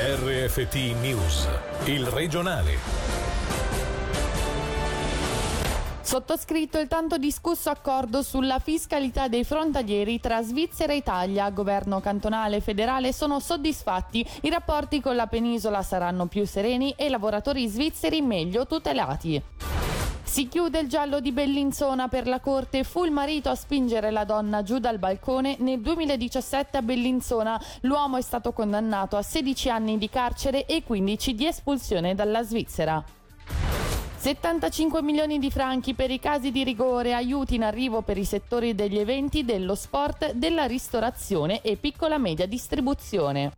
RFT News, il regionale. Sottoscritto il tanto discusso accordo sulla fiscalità dei frontalieri tra Svizzera e Italia. Governo cantonale e federale sono soddisfatti. I rapporti con la penisola saranno più sereni e i lavoratori svizzeri meglio tutelati. Si chiude il giallo di Bellinzona per la corte. Fu il marito a spingere la donna giù dal balcone nel 2017 a Bellinzona. L'uomo è stato condannato a 16 anni di carcere e 15 di espulsione dalla Svizzera. 75 milioni di franchi per i casi di rigore, aiuti in arrivo per i settori degli eventi, dello sport, della ristorazione e piccola media distribuzione.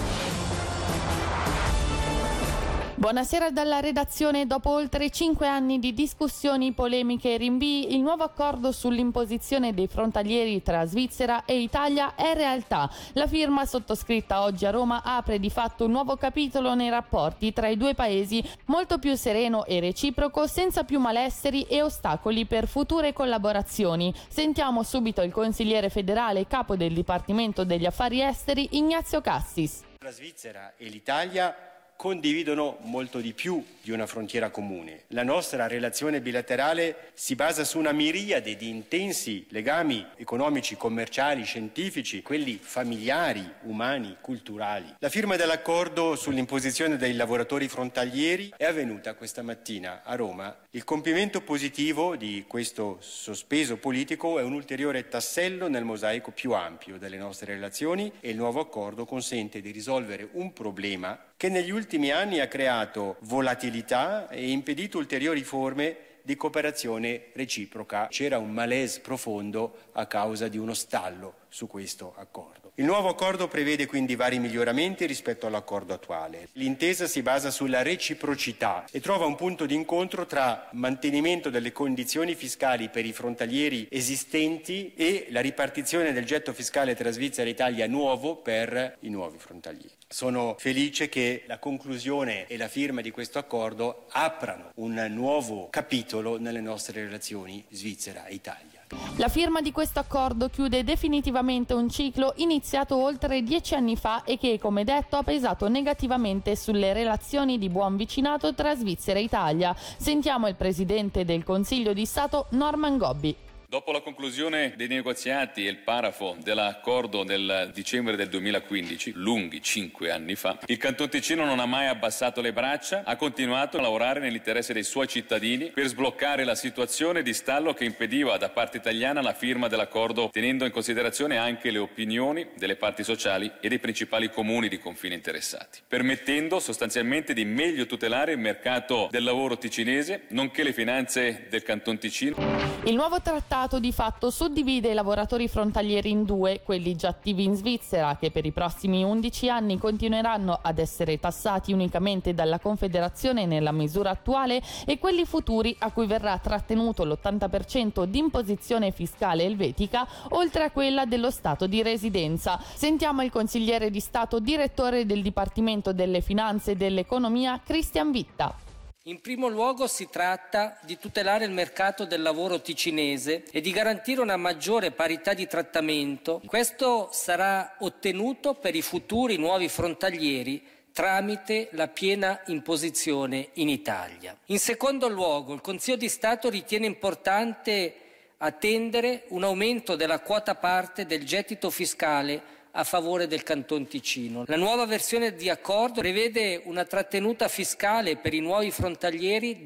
Buonasera dalla redazione. Dopo oltre 5 anni di discussioni, polemiche e rinvii, il nuovo accordo sull'imposizione dei frontalieri tra Svizzera e Italia è realtà. La firma sottoscritta oggi a Roma apre di fatto un nuovo capitolo nei rapporti tra i due paesi, molto più sereno e reciproco, senza più malesseri e ostacoli per future collaborazioni. Sentiamo subito il consigliere federale capo del Dipartimento degli Affari Esteri, Ignazio Cassis. La Svizzera e l'Italia condividono molto di più di una frontiera comune. La nostra relazione bilaterale si basa su una miriade di intensi legami economici, commerciali, scientifici, quelli familiari, umani, culturali. La firma dell'accordo sull'imposizione dei lavoratori frontalieri è avvenuta questa mattina a Roma. Il compimento positivo di questo sospeso politico è un ulteriore tassello nel mosaico più ampio delle nostre relazioni e il nuovo accordo consente di risolvere un problema che negli ultimi anni ha creato volatilità e impedito ulteriori forme di cooperazione reciproca. C'era un malaise profondo a causa di uno stallo su questo accordo. Il nuovo accordo prevede quindi vari miglioramenti rispetto all'accordo attuale. L'intesa si basa sulla reciprocità e trova un punto di incontro tra mantenimento delle condizioni fiscali per i frontalieri esistenti e la ripartizione del getto fiscale tra Svizzera e Italia nuovo per i nuovi frontalieri. Sono felice che la conclusione e la firma di questo accordo aprano un nuovo capitolo nelle nostre relazioni Svizzera e Italia. La firma di questo accordo chiude definitivamente un ciclo iniziato oltre 10 anni fa e che, come detto, ha pesato negativamente sulle relazioni di buon vicinato tra Svizzera e Italia. Sentiamo il presidente del Consiglio di Stato, Norman Gobbi. Dopo la conclusione dei negoziati e il parafo dell'accordo del dicembre del 2015, lunghi 5 anni fa, il Canton Ticino non ha mai abbassato le braccia, ha continuato a lavorare nell'interesse dei suoi cittadini per sbloccare la situazione di stallo che impediva da parte italiana la firma dell'accordo, tenendo in considerazione anche le opinioni delle parti sociali e dei principali comuni di confine interessati, permettendo sostanzialmente di meglio tutelare il mercato del lavoro ticinese, nonché le finanze del Canton Ticino. Il nuovo trattato di fatto suddivide i lavoratori frontalieri in due, quelli già attivi in Svizzera, che per i prossimi 11 anni continueranno ad essere tassati unicamente dalla Confederazione nella misura attuale, e quelli futuri a cui verrà trattenuto l'80% di imposizione fiscale elvetica, oltre a quella dello Stato di residenza. Sentiamo il consigliere di Stato, direttore del Dipartimento delle Finanze e dell'Economia, Cristian Vitta. In primo luogo si tratta di tutelare il mercato del lavoro ticinese e di garantire una maggiore parità di trattamento. Questo sarà ottenuto per i futuri nuovi frontalieri tramite la piena imposizione in Italia. In secondo luogo, il Consiglio di Stato ritiene importante attendere un aumento della quota parte del gettito fiscale a favore del Canton Ticino. La nuova versione di accordo prevede una trattenuta fiscale per i nuovi frontalieri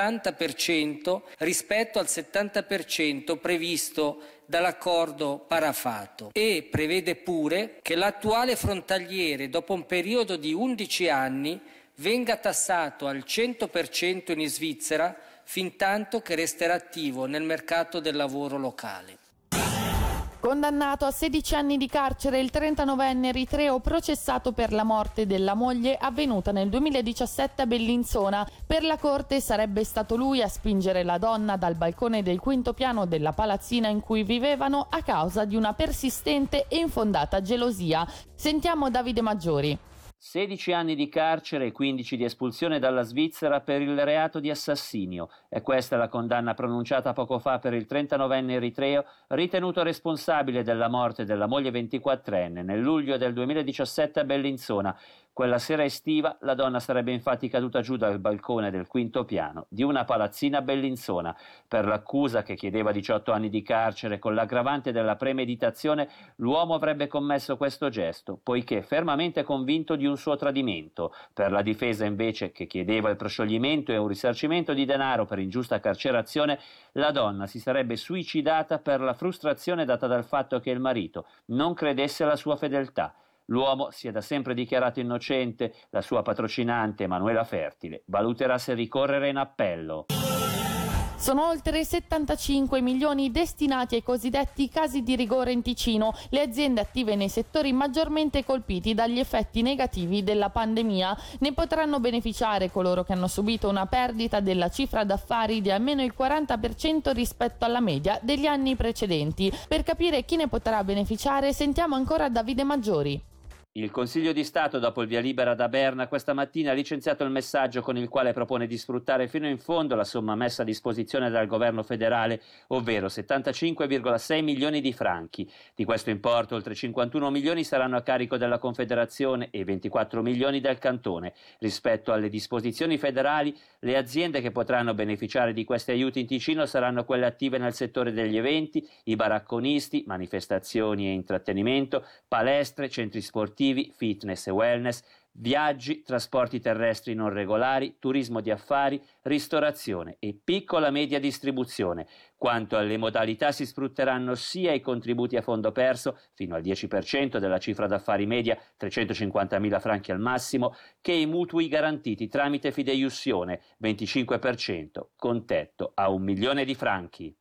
dell'80% rispetto al 70% previsto dall'accordo parafato, e prevede pure che l'attuale frontaliere, dopo un periodo di 11 anni, venga tassato al 100% in Svizzera fintanto che resterà attivo nel mercato del lavoro locale. Condannato a 16 anni di carcere il 39enne eritreo processato per la morte della moglie avvenuta nel 2017 a Bellinzona. Per la corte sarebbe stato lui a spingere la donna dal balcone del quinto piano della palazzina in cui vivevano a causa di una persistente e infondata gelosia. Sentiamo Davide Maggiori. 16 anni di carcere e 15 di espulsione dalla Svizzera per il reato di assassinio. È questa la condanna pronunciata poco fa per il 39enne eritreo ritenuto responsabile della morte della moglie 24enne nel luglio del 2017 a Bellinzona. Quella sera estiva la donna sarebbe infatti caduta giù dal balcone del quinto piano di una palazzina a Bellinzona. Per l'accusa, che chiedeva 18 anni di carcere con l'aggravante della premeditazione, l'uomo avrebbe commesso questo gesto, poiché fermamente convinto di un suo tradimento. Per la difesa invece, che chiedeva il proscioglimento e un risarcimento di denaro per ingiusta carcerazione, la donna si sarebbe suicidata per la frustrazione data dal fatto che il marito non credesse alla sua fedeltà. L'uomo si è da sempre dichiarato innocente, la sua patrocinante Emanuela Fertile valuterà se ricorrere in appello. Sono oltre 75 milioni destinati ai cosiddetti casi di rigore in Ticino, le aziende attive nei settori maggiormente colpiti dagli effetti negativi della pandemia. Ne potranno beneficiare coloro che hanno subito una perdita della cifra d'affari di almeno il 40% rispetto alla media degli anni precedenti. Per capire chi ne potrà beneficiare, sentiamo ancora Davide Maggiori. Il Consiglio di Stato, dopo il via libera da Berna, questa mattina ha licenziato il messaggio con il quale propone di sfruttare fino in fondo la somma messa a disposizione dal governo federale, ovvero 75,6 milioni di franchi. Di questo importo, oltre 51 milioni saranno a carico della Confederazione e 24 milioni del Cantone. Rispetto alle disposizioni federali, le aziende che potranno beneficiare di questi aiuti in Ticino saranno quelle attive nel settore degli eventi, i baracconisti, manifestazioni e intrattenimento, palestre, centri sportivi, fitness e wellness, viaggi, trasporti terrestri non regolari, turismo di affari, ristorazione e piccola media distribuzione. Quanto alle modalità, si sfrutteranno sia i contributi a fondo perso, fino al 10% della cifra d'affari media, 350.000 franchi al massimo, che i mutui garantiti tramite fideiussione, 25%, con tetto a 1 milione di franchi.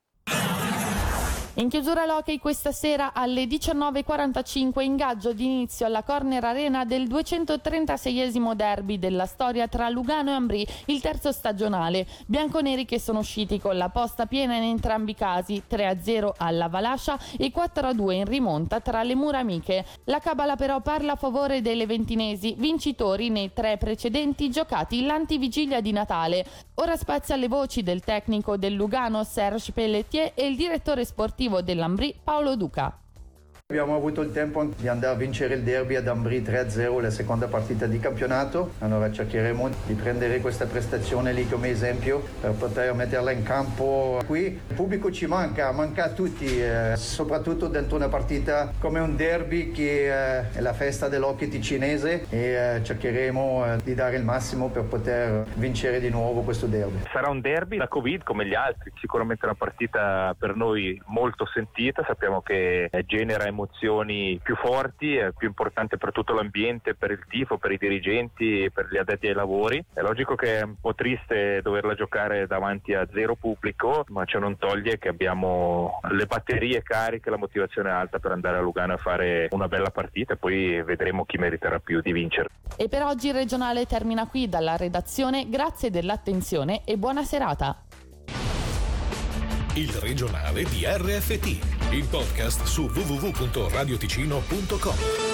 In chiusura l'hockey questa sera alle 19:45 ingaggio di inizio alla Corner Arena del 236esimo derby della storia tra Lugano e Ambrì, il terzo stagionale. Bianconeri che sono usciti con la posta piena in entrambi i casi, 3-0 alla Valascia e 4-2 in rimonta tra le mura amiche. La cabala però parla a favore dei leventinesi, vincitori nei 3 precedenti giocati l'antivigilia di Natale. Ora spazio alle voci del tecnico del Lugano Serge Pelletier e il direttore sportivo dell'Ambrì Paolo Duca. Abbiamo avuto il tempo di andare a vincere il derby ad Ambrì 3-0, la seconda partita di campionato. Allora cercheremo di prendere questa prestazione lì come esempio per poter metterla in campo qui. Il pubblico ci manca a tutti, soprattutto dentro una partita come un derby che è la festa dell'hockey ticinese, e cercheremo di dare il massimo per poter vincere di nuovo questo derby. Sarà un derby da Covid come gli altri, sicuramente una partita per noi molto sentita, sappiamo che genera emozioni più forti, è più importante per tutto l'ambiente, per il tifo, per i dirigenti, per gli addetti ai lavori. È logico che è un po' triste doverla giocare davanti a zero pubblico, ma ciò non toglie che abbiamo le batterie cariche, la motivazione alta per andare a Lugano a fare una bella partita, e poi vedremo chi meriterà più di vincere. E per oggi il regionale termina qui. Dalla redazione, grazie dell'attenzione e buona serata. Il regionale di RFT, il podcast su www.radioticino.com.